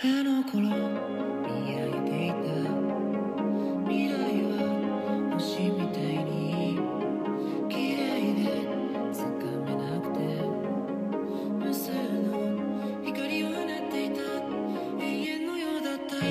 あの頃見上げていた未来は星みたいに綺麗でつかめなくて無数の光を放っていた永遠のようだった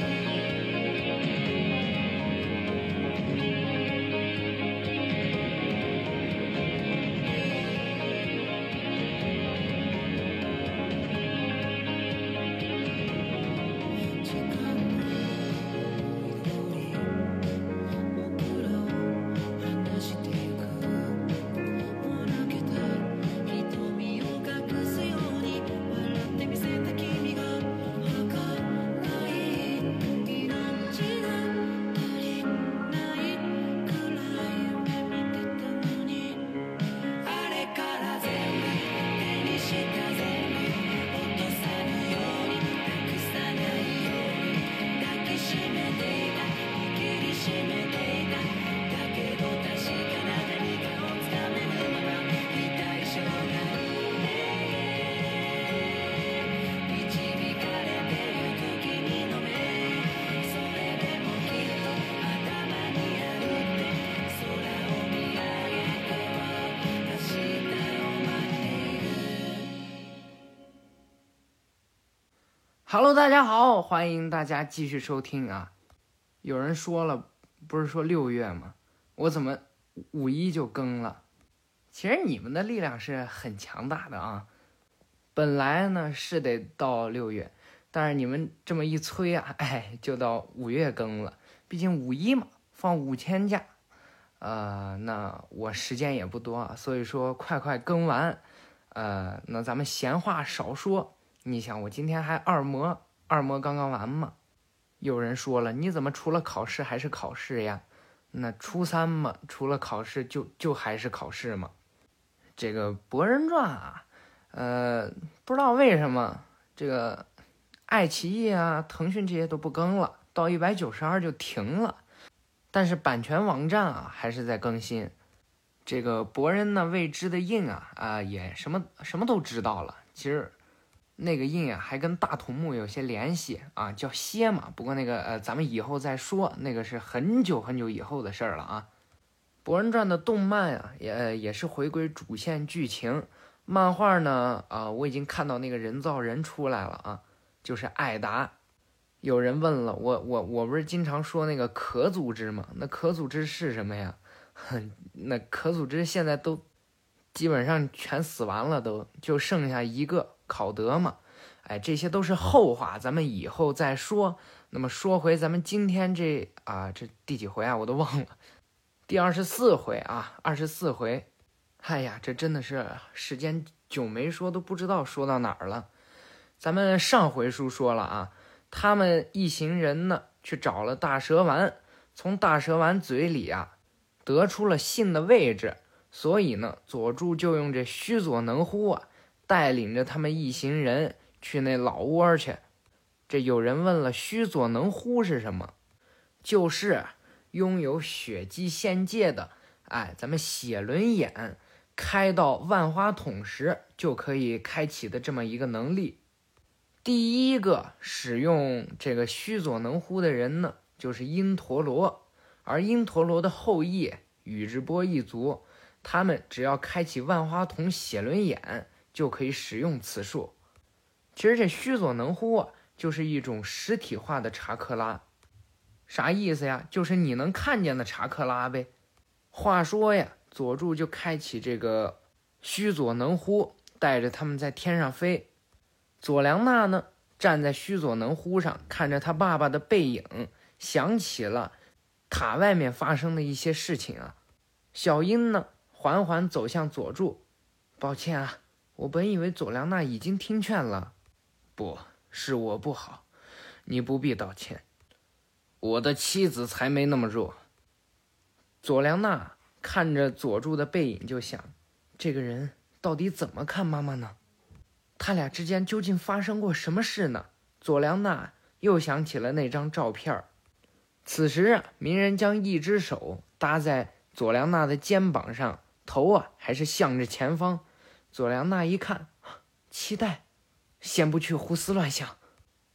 Hello， 大家好，欢迎大家继续收听啊。有人说了，不是说6月吗？我怎么5·1就更了？其实你们的力量是很强大的啊。本来呢是得到6月，但是你们这么一催啊，就到5月更了。毕竟5·1嘛，放5天假，那我时间也不多啊，所以说快更完。那咱们闲话少说。你想我今天还二模刚刚完嘛？有人说了，你怎么除了考试还是考试呀？那初3嘛，除了考试就还是考试嘛。这个《博人传》啊，不知道为什么这个爱奇艺啊、腾讯这些都不更了，到192就停了。但是版权网站啊还是在更新。这个博人呢，未知的印也什么都知道了。其实那个印还跟大筒木有些联系啊，叫蝎嘛。不过那个咱们以后再说，那个是很久以后的事儿了啊。博人传的动漫啊，也是回归主线剧情。漫画呢，我已经看到那个人造人出来了啊，就是艾达。有人问了，我不是经常说那个可组织吗？那可组织是什么呀？那可组织现在都基本上全死完了，都就剩下一个考德嘛。这些都是后话，咱们以后再说。那么说回咱们今天这第几回啊？我都忘了，第24回啊，24回。哎呀，这真的是时间久没说，都不知道说到哪儿了。咱们上回书说了啊，他们一行人呢去找了大蛇丸，从大蛇丸嘴里啊得出了信的位置，所以呢佐助就用这须佐能乎啊带领着他们一行人去那老窝去。这有人问了，须佐能乎是什么？就是拥有血姬限界的，咱们写轮眼开到万花筒时就可以开启的这么一个能力。第一个使用这个须佐能乎的人呢，就是因陀罗。而因陀罗的后裔宇智波一族，他们只要开启万花筒写轮眼就可以使用此术。其实这须佐能乎啊，就是一种实体化的查克拉。啥意思呀？就是你能看见的查克拉呗。话说呀，佐助就开启这个须佐能乎，带着他们在天上飞。佐良娜呢，站在须佐能乎上，看着他爸爸的背影，想起了塔外面发生的一些事情啊。小樱呢，缓缓走向佐助，抱歉啊，我本以为佐良娜已经听劝了。不是我不好，你不必道歉，我的妻子才没那么弱。佐良娜看着佐助的背影就想，这个人到底怎么看妈妈呢？他俩之间究竟发生过什么事呢？佐良娜又想起了那张照片。此时啊，鸣人将一只手搭在佐良娜的肩膀上，头还是向着前方。佐良娜一看，期待，先不去胡思乱想。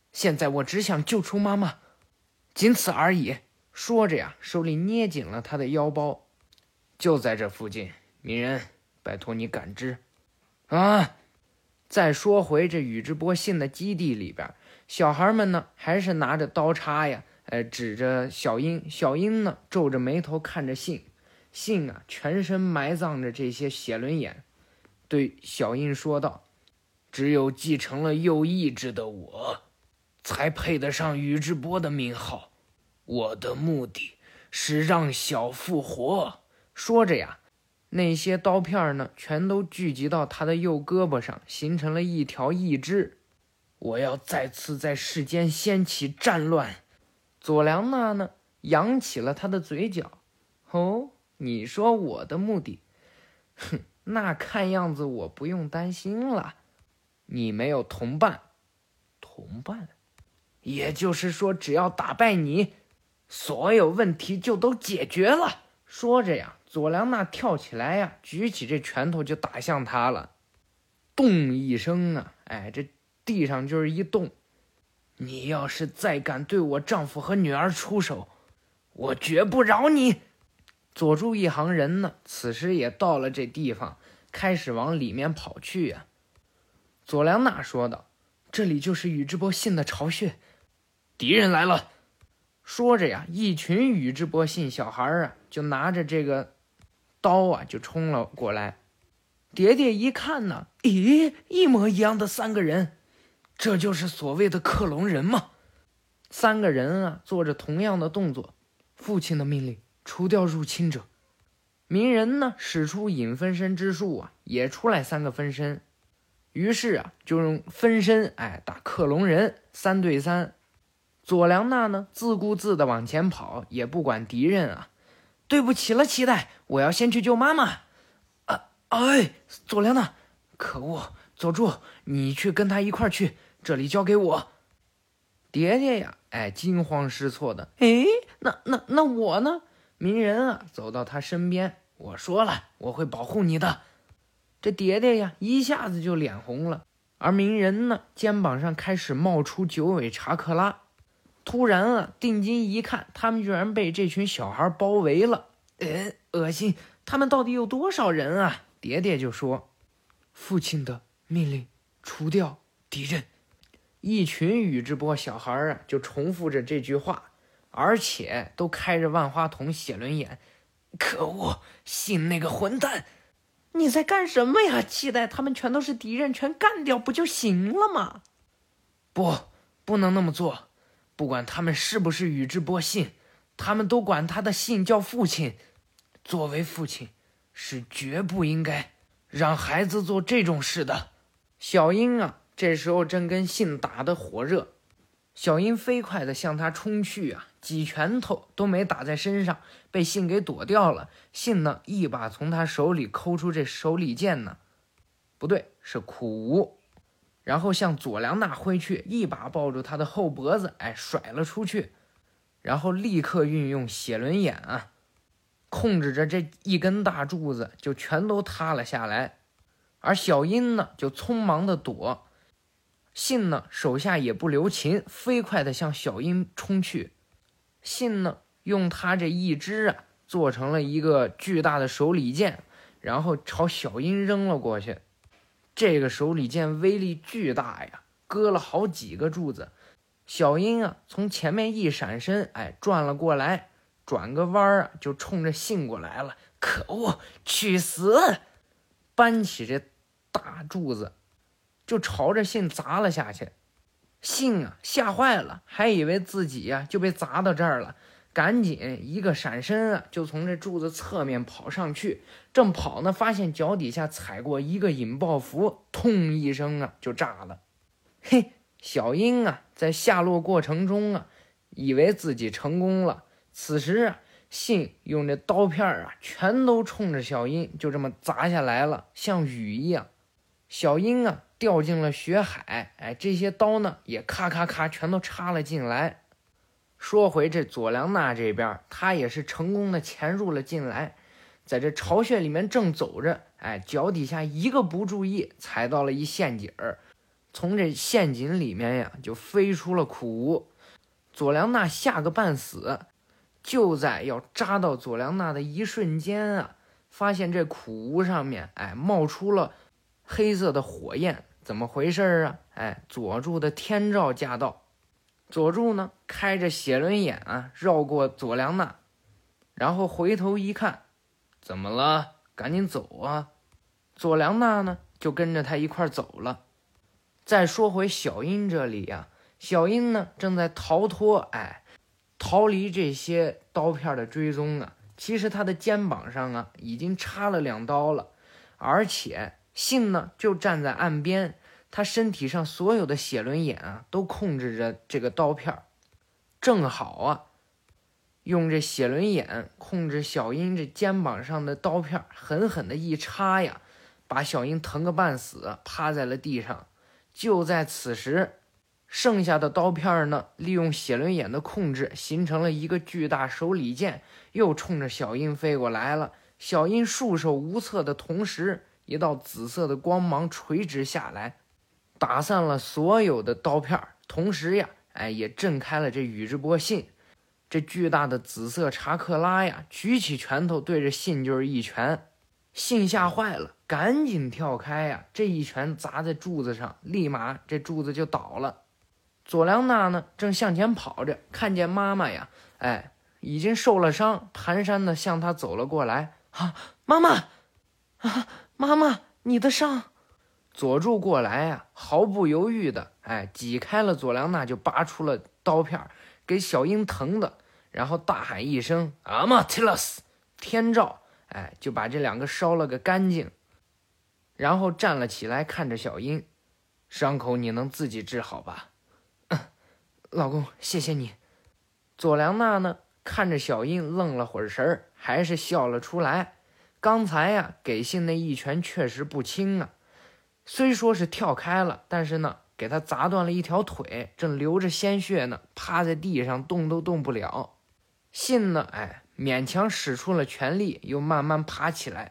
现在我只想救出妈妈，仅此而已。说着呀，手里捏紧了他的腰包。就在这附近，鸣人，拜托你感知。啊！再说回这宇智波信的基地里边，小孩们呢还是拿着刀叉呀，指着小樱。小樱呢皱着眉头看着信。信啊，全身埋葬着这些写轮眼，对小樱说道：“只有继承了右意志的我，才配得上宇智波的名号。我的目的是让小复活。”说着呀，那些刀片呢，全都聚集到他的右胳膊上，形成了一条义肢。我要再次在世间掀起战乱。佐良娜呢，扬起了他的嘴角。哦，你说我的目的？哼，那看样子我不用担心了。你没有同伴。同伴？也就是说，只要打败你，所有问题就都解决了。说着呀，佐良娜跳起来呀，举起这拳头就打向他了。咚一声啊，这地上就是一洞。你要是再敢对我丈夫和女儿出手，我绝不饶你。佐助一行人呢，此时也到了这地方，开始往里面跑去呀。佐良娜说道：“这里就是宇智波信的巢穴，敌人来了。”说着呀，一群宇智波信小孩啊，就拿着这个刀啊，就冲了过来。蝶蝶一看呢，咦，一模一样的三个人，这就是所谓的克隆人吗？三个人啊，做着同样的动作。父亲的命令，除掉入侵者。鸣人呢，使出影分身之术啊，也出来三个分身。于是啊，就用分身打克隆人，3对3。佐良娜呢，自顾自地往前跑，也不管敌人啊。对不起了，期待，我要先去救妈妈。佐良娜，可恶，佐助，你去跟他一块去，这里交给我。蝶蝶呀，惊慌失措的，那我呢？鸣人啊，走到他身边，我说了，我会保护你的。这蝶蝶呀，一下子就脸红了，而鸣人呢，肩膀上开始冒出9尾查克拉。突然啊，定睛一看，他们居然被这群小孩包围了。恶心！他们到底有多少人啊？蝶蝶就说：“父亲的命令，除掉敌人。”一群宇智波小孩啊，就重复着这句话，而且都开着万花筒写轮眼。可恶，信那个混蛋！你在干什么呀？期待他们全都是敌人，全干掉不就行了吗？不能那么做。不管他们是不是宇智波信，他们都管他的信叫父亲。作为父亲，是绝不应该让孩子做这种事的。小樱啊，这时候正跟信打得火热。小樱飞快地向他冲去啊，几拳头都没打在身上，被信给躲掉了。信呢，一把从他手里抠出这手里剑呢，不对，是苦无，然后向佐良娜挥去，一把抱住他的后脖子，甩了出去，然后立刻运用写轮眼啊，控制着这一根大柱子就全都塌了下来。而小樱呢，就匆忙的躲。信呢，手下也不留情，飞快地向小樱冲去。信呢，用他这一只啊，做成了一个巨大的手里剑，然后朝小樱扔了过去。这个手里剑威力巨大呀，割了好几个柱子。小樱啊，从前面一闪身，转了过来，转个弯啊，就冲着信过来了。可恶，去死！搬起这大柱子就朝着信砸了下去。信啊，吓坏了，还以为自己呀就被砸到这儿了，赶紧一个闪身啊，就从这柱子侧面跑上去。正跑呢，发现脚底下踩过一个引爆符，痛一声啊，就炸了。嘿，小樱啊，在下落过程中啊，以为自己成功了。此时啊，信用这刀片啊，全都冲着小樱就这么砸下来了，像雨一样。小樱啊，掉进了血海，这些刀呢，也咔咔咔全都插了进来。说回这佐良娜这边，他也是成功的潜入了进来，在这巢穴里面正走着，脚底下一个不注意踩到了一陷阱儿， 从这陷阱里面呀就飞出了苦无。佐良娜吓个半死，就在要扎到佐良娜的一瞬间啊，发现这苦无上面冒出了黑色的火焰，怎么回事啊？佐助的天照驾到。佐助呢开着写轮眼啊绕过佐良娜，然后回头一看，怎么了？赶紧走啊！佐良娜呢就跟着他一块走了。再说回小樱这里啊，小樱呢正在逃脱，逃离这些刀片的追踪啊。其实他的肩膀上啊已经插了2刀了，而且信呢就站在岸边，他身体上所有的写轮眼啊都控制着这个刀片，正好啊用这写轮眼控制小樱这肩膀上的刀片，狠狠的一插呀，把小樱疼个半死，趴在了地上。就在此时，剩下的刀片呢利用写轮眼的控制，形成了一个巨大手里剑，又冲着小樱飞过来了。小樱束手无策的同时，一道紫色的光芒垂直下来，打散了所有的刀片，同时呀也震开了这宇智波信。这巨大的紫色查克拉呀举起拳头对着信就是一拳。信吓坏了，赶紧跳开呀！这一拳砸在柱子上，立马这柱子就倒了。佐良娜呢正向前跑着，看见妈妈呀已经受了伤，蹒跚的向她走了过来。妈妈妈妈，你的伤！佐助过来呀，毫不犹豫的挤开了佐良娜，就拔出了刀片，给小樱疼的，然后大喊一声阿玛提拉斯，天照，就把这2个烧了个干净。然后站了起来，看着小樱，伤口你能自己治好吧？老公，谢谢你。佐良娜呢看着小樱愣了会儿神儿，还是笑了出来。刚才呀给信那一拳确实不轻啊，虽说是跳开了，但是呢给他砸断了一条腿，正流着鲜血呢，趴在地上动都动不了。信呢勉强使出了全力，又慢慢爬起来。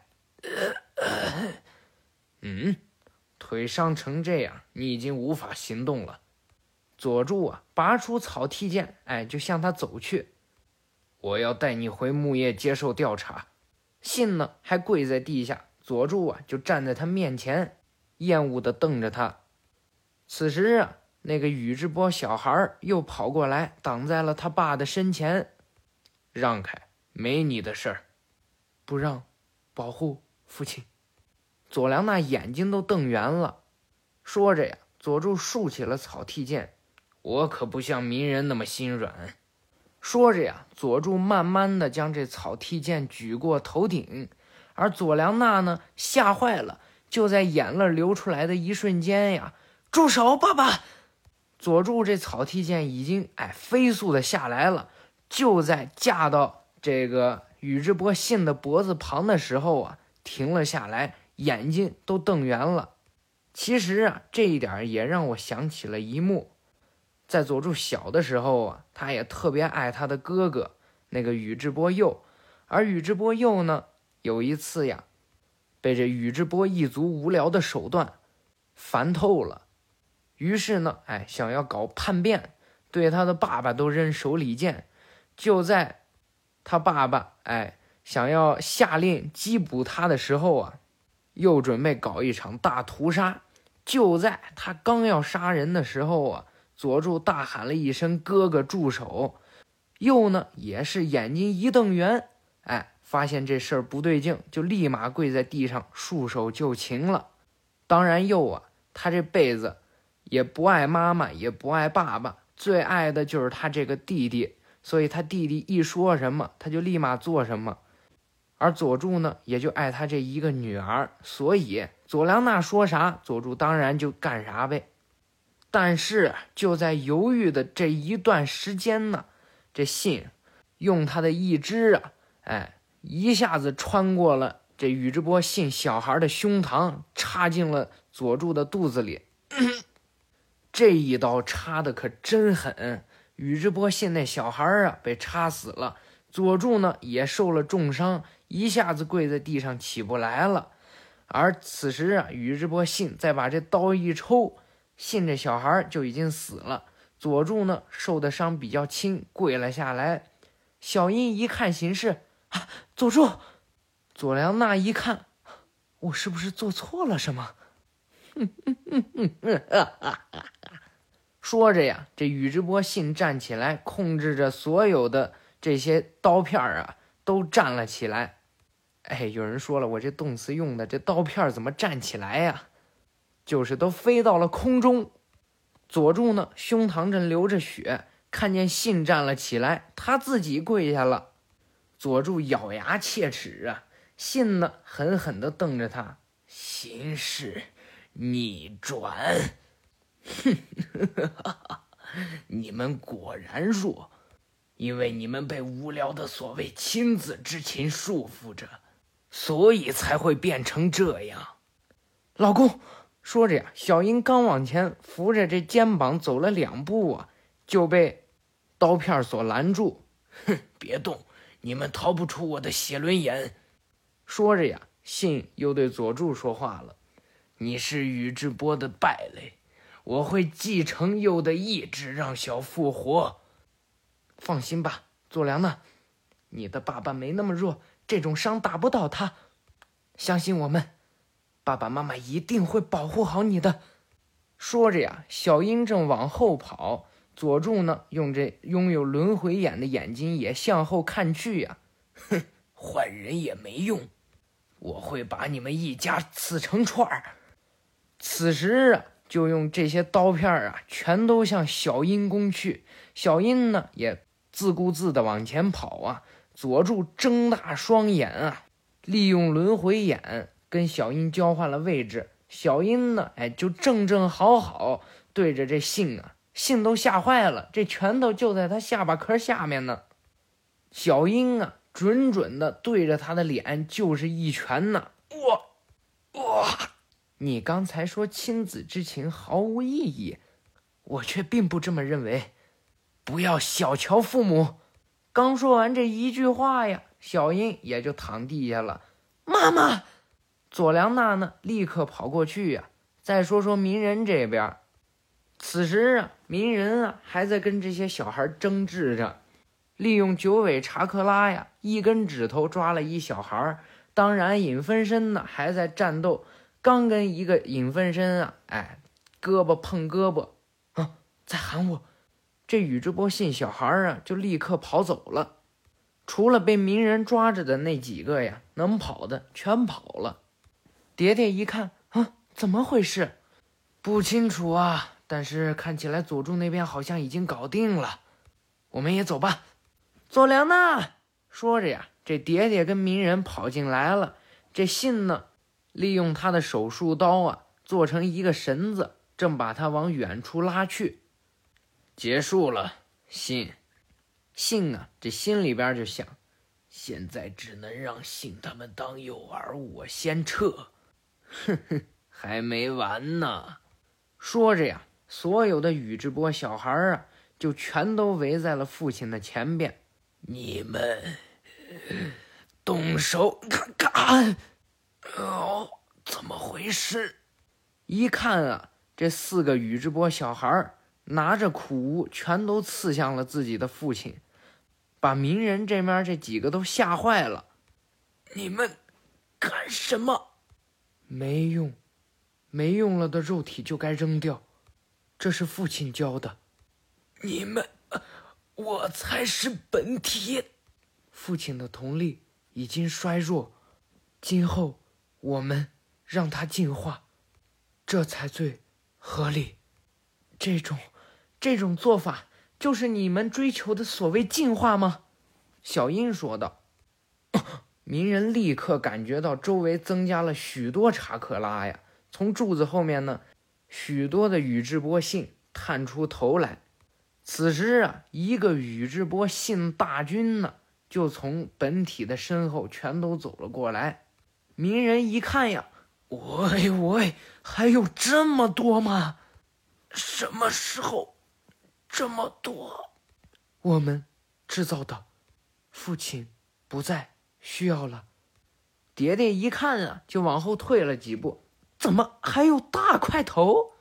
腿伤成这样，你已经无法行动了。佐助啊拔出草剃剑，就向他走去。我要带你回木叶接受调查。信呢还跪在地下，佐助啊就站在他面前，厌恶地瞪着他。此时啊那个宇智波小孩又跑过来，挡在了他爸的身前。让开，没你的事儿。不让，保护父亲。佐良娜眼睛都瞪圆了。说着呀，佐助竖起了草剃剑。我可不像鸣人那么心软。说着呀，佐助慢慢的将这草剃剑举过头顶，而佐良娜呢吓坏了，就在眼泪流出来的一瞬间呀，住手，爸爸！佐助这草剃剑已经飞速的下来了，就在架到这个宇智波信的脖子旁的时候啊，停了下来，眼睛都瞪圆了。其实啊，这一点也让我想起了一幕，在佐助小的时候啊，他也特别爱他的哥哥那个宇智波鼬，而宇智波鼬呢，有一次呀，被这宇智波一族无聊的手段烦透了，于是呢，想要搞叛变，对他的爸爸都扔手里剑。就在他爸爸想要下令缉捕他的时候啊，又准备搞一场大屠杀。就在他刚要杀人的时候啊，佐助大喊了一声哥哥住手。鼬呢也是眼睛一瞪圆，发现这事儿不对劲，就立马跪在地上束手就擒了。当然鼬啊，他这辈子也不爱妈妈，也不爱爸爸，最爱的就是他这个弟弟，所以他弟弟一说什么他就立马做什么。而佐助呢也就爱他这一个女儿，所以佐良娜说啥佐助当然就干啥呗。但是就在犹豫的这一段时间呢，这信用他的一只一下子穿过了这宇智波信小孩的胸膛，插进了佐助的肚子里。这一刀插的可真狠，宇智波信那小孩被插死了，佐助呢也受了重伤，一下子跪在地上起不来了。而此时宇智波信再把这刀一抽， 信这小孩就已经死了，佐助呢受的伤比较轻，跪了下来。小樱一看形势，佐助。佐良娜一看，我是不是做错了什么？说着呀，这宇智波信站起来，控制着所有的这些刀片啊，都站了起来。有人说了，我这动词用的，这刀片怎么站起来呀？就是都飞到了空中。佐助呢，胸膛正流着血，看见信站了起来，他自己跪下了。佐助咬牙切齿啊，信呢狠狠地瞪着他，形势逆转。你们果然弱，因为你们被无聊的所谓亲子之情束缚着，所以才会变成这样。老公，说着呀，小樱刚往前扶着这肩膀走了2步啊，就被刀片所拦住。别动，你们逃不出我的写轮眼。说着呀，信又对佐助说话了，你是宇智波的败类，我会继承鼬的意志，让小复活。放心吧，佐良呢？你的爸爸没那么弱，这种伤打不倒他。相信我们，爸爸妈妈一定会保护好你的。说着呀，小樱正往后跑，佐助呢，用这拥有轮回眼的眼睛也向后看去呀。换人也没用，我会把你们一家刺成串儿。此时啊，就用这些刀片啊，全都向小樱攻去。小樱呢，也自顾自地往前跑啊。佐助睁大双眼啊，利用轮回眼跟小樱交换了位置。小樱呢，就正好对着这信啊，信都吓坏了，这拳头就在他下巴壳下面呢。小樱啊，准的对着他的脸就是一拳呢。哇！你刚才说亲子之情毫无意义，我却并不这么认为。不要小瞧父母。刚说完这一句话呀，小樱也就躺地下了。妈妈！佐良娜呢，立刻跑过去呀。再说说鸣人这边，此时啊，鸣人啊还在跟这些小孩争执着，利用九尾查克拉呀，一根指头抓了一小孩。当然影分身呢还在战斗，刚跟一个影分身啊，胳膊碰胳膊在喊我。这宇智波信小孩啊就立刻跑走了，除了被鸣人抓着的那几个呀，能跑的全跑了。蝶蝶一看怎么回事？不清楚啊，但是看起来佐助那边好像已经搞定了，我们也走吧。佐良娜！说着呀，这蝶蝶跟鸣人跑进来了。这信呢，利用他的手术刀啊，做成一个绳子，正把他往远处拉去。结束了，信啊，这心里边就想，现在只能让信他们当诱饵，我先撤。还没完呢。说着呀，所有的宇智波小孩啊，就全都围在了父亲的前边。你们动手干！怎么回事？一看啊，这4个宇智波小孩拿着苦无，全都刺向了自己的父亲，把鸣人这边这几个都吓坏了。你们干什么？没用了的肉体就该扔掉，这是父亲教的。你们，我才是本体。父亲的瞳力已经衰弱，今后我们让他进化，这才最合理。这种做法就是你们追求的所谓进化吗？小樱说道。鸣人立刻感觉到周围增加了许多查克拉呀，从柱子后面呢，许多的宇智波信探出头来。此时啊，一个宇智波信大军呢，就从本体的身后全都走了过来。鸣人一看呀，喂，还有这么多吗？什么时候这么多？我们制造的，父亲不在，需要了。蝶蝶一看啊，就往后退了几步。怎么还有大块头？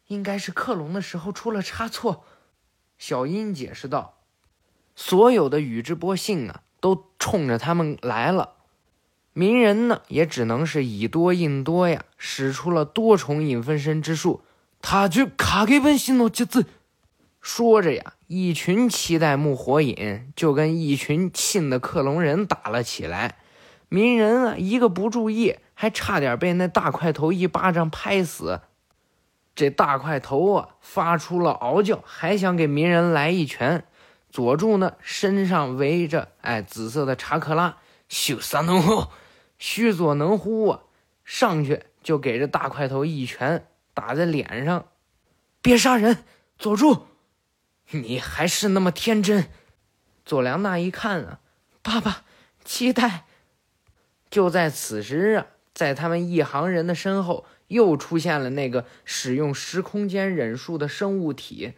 应该是克隆的时候出了差错。小樱解释道。所有的宇智波信啊，都冲着他们来了。鸣人呢，也只能是以多应多呀，使出了多重影分身之术。他就卡给本心诺节奏。说着呀，一群七代目火影就跟一群信的克隆人打了起来。鸣人啊，一个不注意，还差点被那大块头一巴掌拍死。这大块头啊，发出了嗷叫，还想给鸣人来一拳。佐助呢，身上围着紫色的查克拉，须佐能乎，须佐能乎啊，上去就给这大块头一拳打在脸上。别杀人，佐助，你还是那么天真。佐良娜一看啊，爸爸，期待。就在此时啊，在他们一行人的身后，又出现了那个使用时空间忍术的生物体。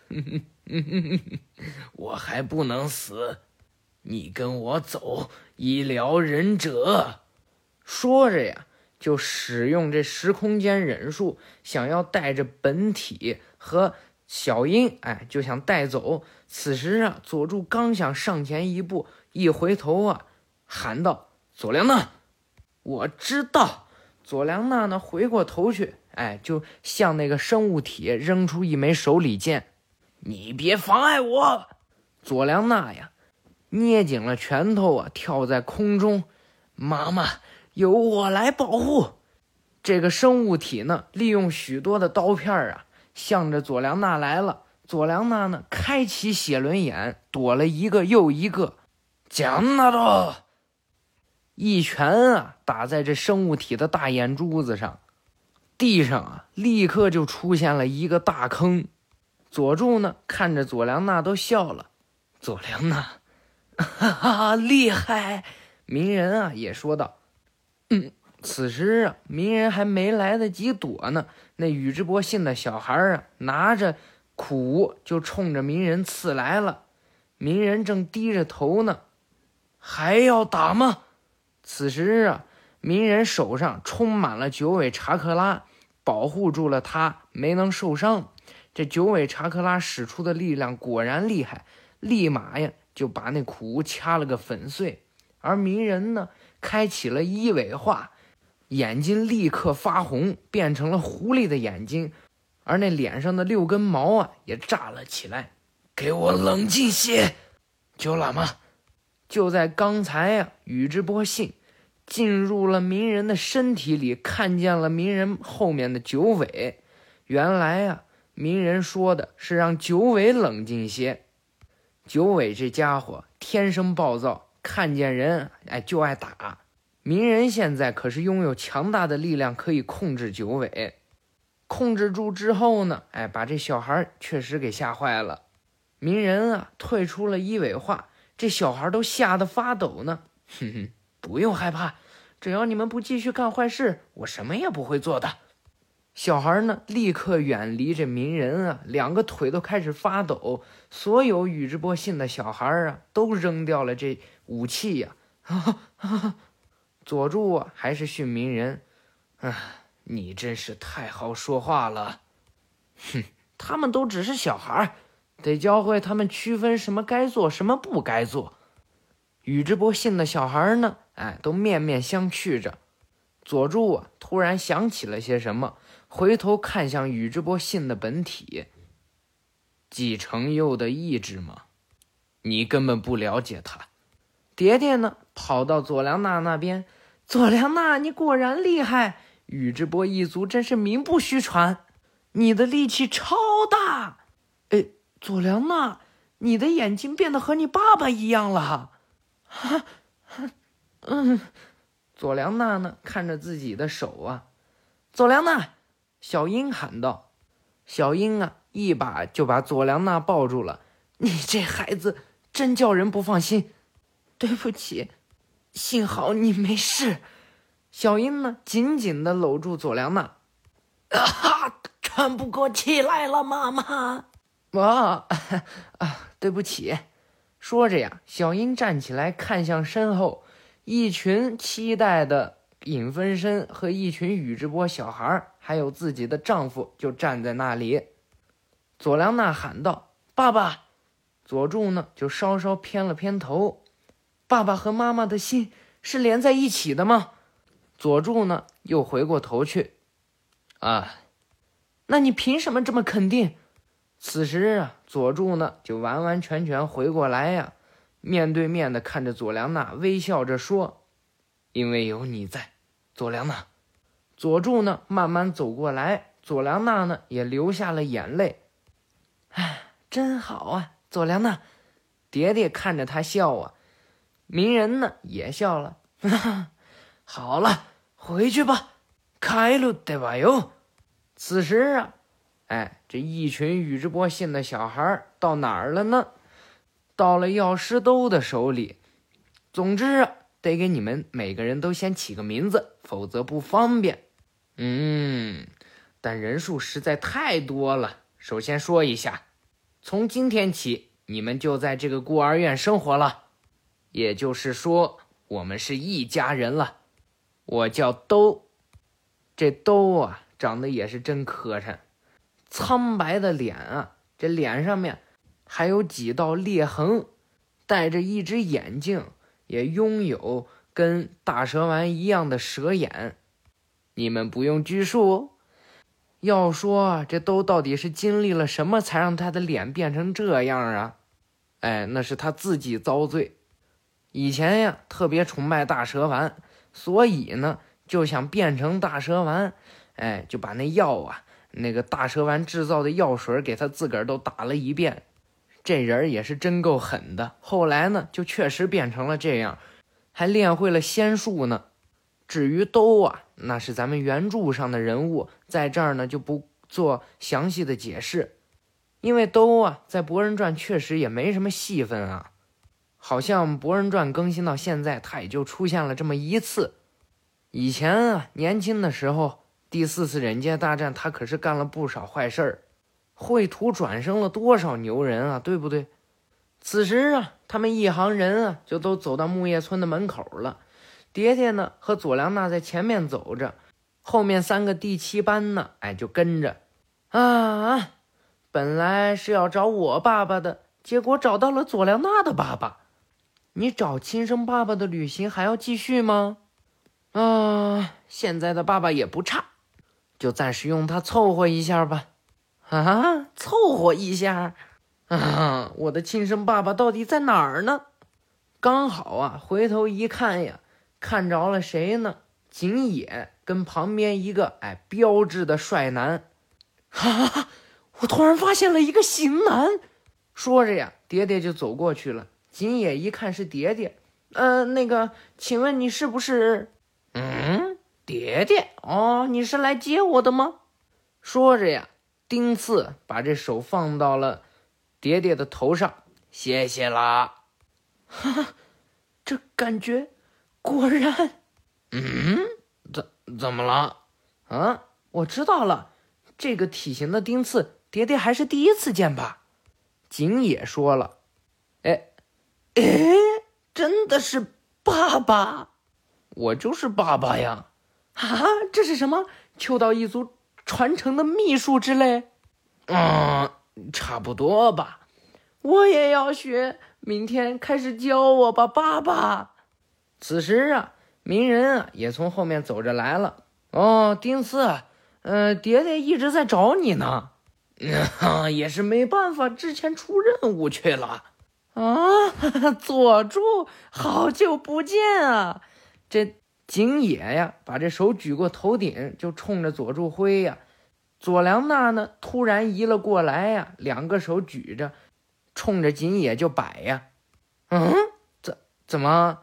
我还不能死，你跟我走，医疗忍者。说着呀，就使用这时空间忍术，想要带着本体和小樱就想带走。此时啊，佐助刚想上前一步，一回头啊，喊道：佐良娜。我知道。佐良娜呢，回过头去就向那个生物体扔出一枚手里剑。你别妨碍我。佐良娜呀，捏紧了拳头啊，跳在空中。妈妈，由我来保护。这个生物体呢，利用许多的刀片啊，向着佐良娜来了。佐良娜呢，开启血轮眼，躲了一个又一个。讲那的，一拳啊，打在这生物体的大眼珠子上。地上啊，立刻就出现了一个大坑。佐助呢，看着佐良娜都笑了。佐良娜，哈哈，厉害！鸣人啊也说道。此时啊，鸣人还没来得及躲呢，那宇智波信的小孩啊，拿着苦就冲着鸣人刺来了。鸣人正低着头呢，还要打吗？此时啊，鸣人手上充满了九尾查克拉，保护住了他，没能受伤。这九尾查克拉使出的力量果然厉害，立马呀就把那苦掐了个粉碎。而鸣人呢，开启了一尾化，眼睛立刻发红，变成了狐狸的眼睛，而那脸上的6根毛啊也炸了起来。给我冷静些，九喇嘛！就在刚才啊，宇智波信进入了鸣人的身体里，看见了鸣人后面的九尾。原来啊，鸣人说的是让九尾冷静些。九尾这家伙天生暴躁，看见人就爱打。鸣人现在可是拥有强大的力量，可以控制九尾。控制住之后呢，把这小孩确实给吓坏了。鸣人啊，退出了一尾化，这小孩都吓得发抖呢。不用害怕，只要你们不继续干坏事，我什么也不会做的。小孩呢，立刻远离这鸣人啊，两个腿都开始发抖。所有宇智波信的小孩啊，都扔掉了这武器呀。佐助啊，还是训鸣人，你真是太好说话了。他们都只是小孩，得教会他们区分什么该做，什么不该做。宇智波信的小孩呢，都面面相觑着。佐助啊，突然想起了些什么，回头看向宇智波信的本体。继承佑的意志吗？你根本不了解他。蝶蝶呢，跑到佐良娜那边。佐良娜，你果然厉害，宇智波一族真是名不虚传，你的力气超大。佐良娜，你的眼睛变得和你爸爸一样了。佐良娜呢，看着自己的手啊。佐良娜，小樱喊道。小樱啊，一把就把佐良娜抱住了。你这孩子真叫人不放心。对不起，幸好你没事。小樱呢，紧紧地搂住佐良娜。喘不过气来了，妈妈。对不起。说着呀，小樱站起来，看向身后，一群期待的影分身和一群宇智波小孩还有自己的丈夫就站在那里。佐良娜喊道：“爸爸！”佐助呢就稍稍偏了偏头。爸爸和妈妈的心是连在一起的吗？佐助呢又回过头去。那你凭什么这么肯定？此时啊，佐助呢就完完全全回过来呀，面对面的看着佐良娜，微笑着说：“因为有你在，佐良娜。”佐助呢慢慢走过来，佐良娜呢也流下了眼泪。真好啊，佐良娜。蝶蝶看着他笑啊，鸣人呢也笑了。好了，回去吧。帰るではよ。此时啊，这一群宇智波信的小孩到哪儿了呢？到了药师兜的手里。总之啊，得给你们每个人都先起个名字，否则不方便。但人数实在太多了。首先说一下，从今天起，你们就在这个孤儿院生活了，也就是说，我们是一家人了。我叫兜，这兜啊，长得也是真磕碜，苍白的脸啊，这脸上面还有几道裂痕，戴着一只眼镜，也拥有跟大蛇丸一样的蛇眼。你们不用拘束。要说这兜到底是经历了什么才让他的脸变成这样啊？那是他自己遭罪。以前呀，特别崇拜大蛇丸，所以呢，就想变成大蛇丸。就把那药啊，那个大蛇丸制造的药水给他自个儿都打了一遍。这人也是真够狠的。后来呢，就确实变成了这样，还练会了仙术呢。至于兜啊，那是咱们原著上的人物，在这儿呢就不做详细的解释。因为兜啊，在博人传确实也没什么戏份啊，好像博人传更新到现在，他也就出现了这么一次。以前啊，年轻的时候，第4次忍界大战，他可是干了不少坏事儿，绘图转生了多少牛人啊，对不对？此时啊，他们一行人啊，就都走到木叶村的门口了。蝶蝶呢和佐良娜在前面走着，后面3个第7班呢，就跟着。本来是要找我爸爸的，结果找到了佐良娜的爸爸。你找亲生爸爸的旅行还要继续吗？现在的爸爸也不差，就暂时用他凑合一下吧。凑合一下？我的亲生爸爸到底在哪儿呢？刚好啊，回头一看呀，看着了谁呢？景野跟旁边一个标致的帅男。我突然发现了一个型男。说着呀，蝶蝶就走过去了。景野一看是蝶蝶，请问你是不是蝶蝶？你是来接我的吗？说着呀，丁次把这手放到了蝶蝶的头上。谢谢啦。这感觉果然。怎么了？我知道了，这个体型的丁次，蝶蝶还是第一次见吧？景野说了。真的是爸爸？我就是爸爸呀。这是什么？秋道一族传承的秘术之类？差不多吧。我也要学，明天开始教我吧，爸爸。此时啊，鸣人啊也从后面走着来了。丁次，蝶蝶一直在找你呢。也是没办法，之前出任务去了。佐助，好久不见啊！这景野呀，把这手举过头顶，就冲着佐助挥呀。佐良娜呢，突然移了过来呀，2个手举着，冲着景野就摆呀。怎么？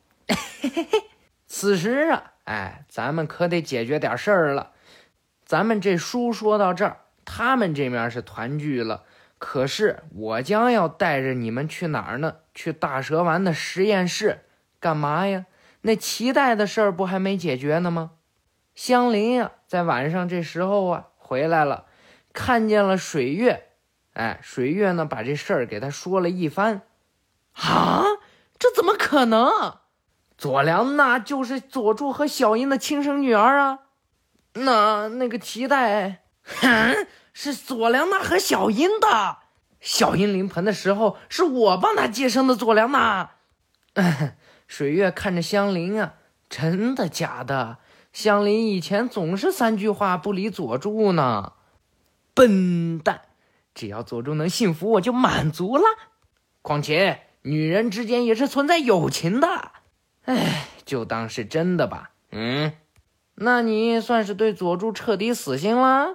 此时啊，咱们可得解决点事儿了。咱们这书说到这儿，他们这面是团聚了，可是我将要带着你们去哪儿呢？去大蛇丸的实验室。干嘛呀？那脐带的事儿不还没解决呢吗？香菱啊，在晚上这时候啊回来了，看见了水月。水月呢把这事儿给他说了一番。这怎么可能？佐良娜就是佐助和小樱的亲生女儿啊。 那个脐带，是佐良娜和小樱的。小樱临盆的时候，是我帮她接生的佐良娜。水月看着香菱啊，真的假的？香菱以前总是3句话不离佐助呢。笨蛋，只要佐助能幸福，我就满足了。况且女人之间也是存在友情的。就当是真的吧。那你算是对佐助彻底死心了？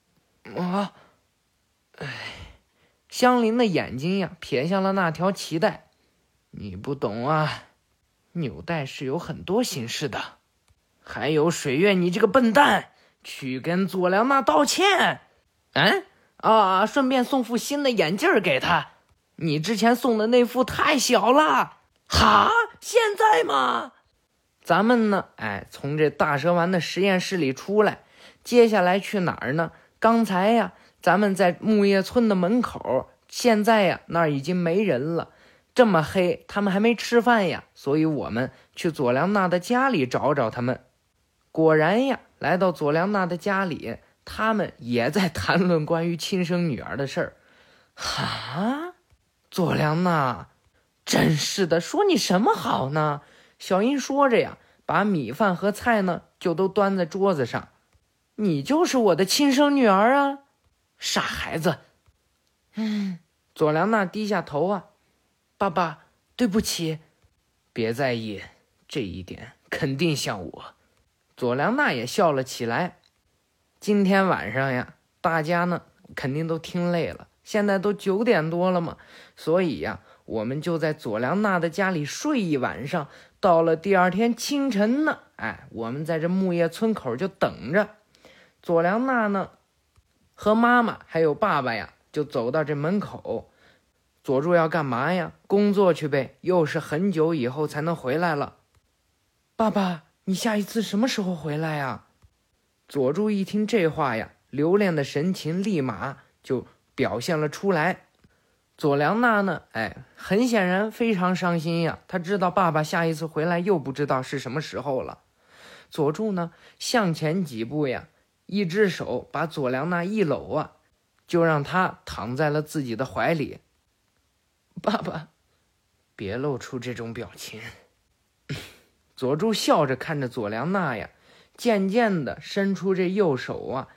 香菱的眼睛呀，瞥向了那条脐带。你不懂啊，纽带是有很多形式的。还有水月，你这个笨蛋，去跟佐良娜道歉。顺便送副新的眼镜给他。你之前送的那副太小了。哈？现在吗？咱们呢，从这大蛇丸的实验室里出来，接下来去哪儿呢？刚才呀，咱们在木叶村的门口，现在呀，那儿已经没人了。这么黑，他们还没吃饭呀，所以我们去佐良娜的家里找找他们。果然呀，来到佐良娜的家里，他们也在谈论关于亲生女儿的事儿。哈？佐良娜，真是的，说你什么好呢？小樱说着呀，把米饭和菜呢就都端在桌子上。你就是我的亲生女儿啊，傻孩子。佐良娜低下头啊，爸爸，对不起。别在意，这一点肯定像我。佐良娜也笑了起来。今天晚上呀，大家呢肯定都听累了，现在都9点多了嘛，所以呀，我们就在佐良娜的家里睡一晚上。到了第二天清晨呢，我们在这木叶村口就等着。佐良娜呢和妈妈还有爸爸呀，就走到这门口。佐助要干嘛呀？工作去呗，又是很久以后才能回来了。爸爸，你下一次什么时候回来呀？佐助一听这话呀，留恋的神情立马就表现了出来。佐良娜呢，很显然非常伤心呀，他知道爸爸下一次回来又不知道是什么时候了。佐助呢向前几步呀，一只手把佐良娜一搂啊，就让她躺在了自己的怀里。爸爸，别露出这种表情。佐助笑着看着佐良娜呀，渐渐的伸出这右手啊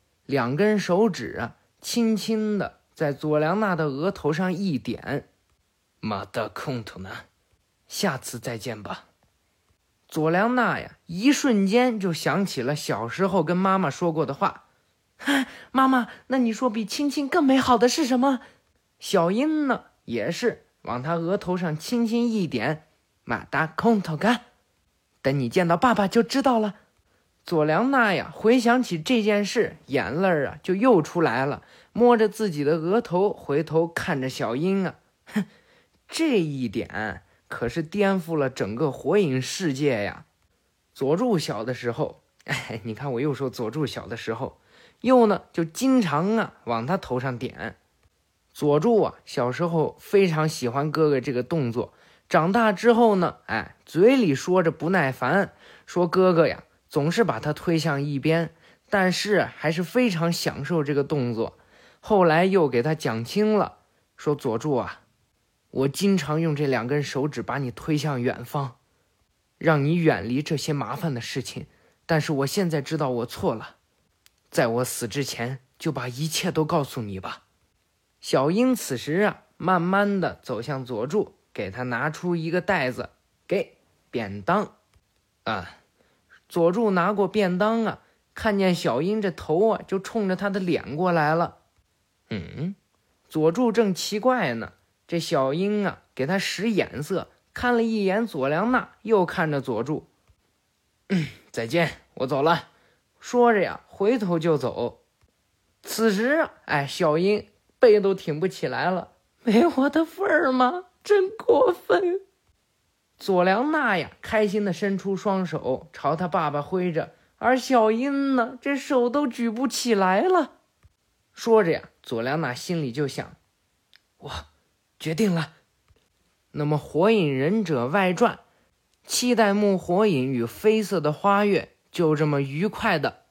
，2根手指啊，轻轻的在佐良娜的额头上一点。马达空头呢，下次再见吧。佐良娜呀，一瞬间就想起了小时候跟妈妈说过的话。妈妈，那你说比亲亲更美好的是什么？小樱呢，也是往她额头上轻轻一点。马达空头干，等你见到爸爸就知道了。佐良娜呀，回想起这件事，眼泪啊就又出来了，摸着自己的额头，回头看着小樱啊，这一点可是颠覆了整个火影世界呀。佐助小的时候，你看我又说佐助小的时候，又呢就经常啊往他头上点。佐助啊小时候非常喜欢哥哥这个动作，长大之后呢，嘴里说着不耐烦，说哥哥呀总是把他推向一边，但是还是非常享受这个动作。后来又给他讲清了，说佐助啊，我经常用这2根手指把你推向远方，让你远离这些麻烦的事情，但是我现在知道我错了，在我死之前就把一切都告诉你吧。小樱此时啊，慢慢的走向佐助，给他拿出一个袋子，给便当啊。佐助拿过便当啊，看见小樱这头啊就冲着他的脸过来了。佐助正奇怪呢，这小樱啊给他使眼色，看了一眼佐良娜，又看着佐助。再见，我走了。说着呀，回头就走。此时啊，小樱背都挺不起来了，没我的份儿吗？真过分。佐良娜呀，开心的伸出双手朝他爸爸挥着，而小樱呢，这手都举不起来了。说着呀，佐良娜心里就想，我决定了。那么《火影忍者外传》七代目火影与绯色的花月就这么愉快的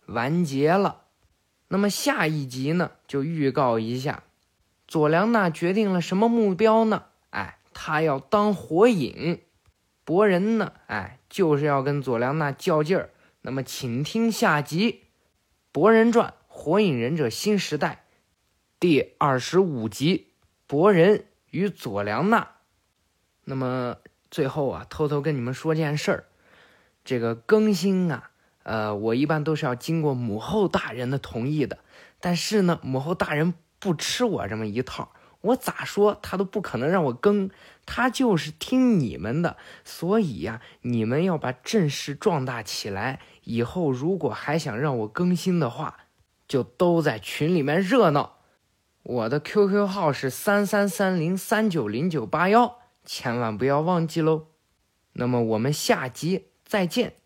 完结了。那么下一集呢，就预告一下，佐良娜决定了什么目标呢？她要当火影，博人呢，就是要跟佐良娜较劲儿。那么请听下集《博人传：火影忍者新时代》第25集博人与佐良娜。那么最后啊，偷偷跟你们说件事儿，这个更新啊，我一般都是要经过母后大人的同意的，但是呢，母后大人不吃我这么一套，我咋说他都不可能让我更，他就是听你们的。所以呀，你们要把阵势壮大起来，以后如果还想让我更新的话，就都在群里面热闹。我的 QQ 号是3330390981，千万不要忘记喽。那么我们下集再见。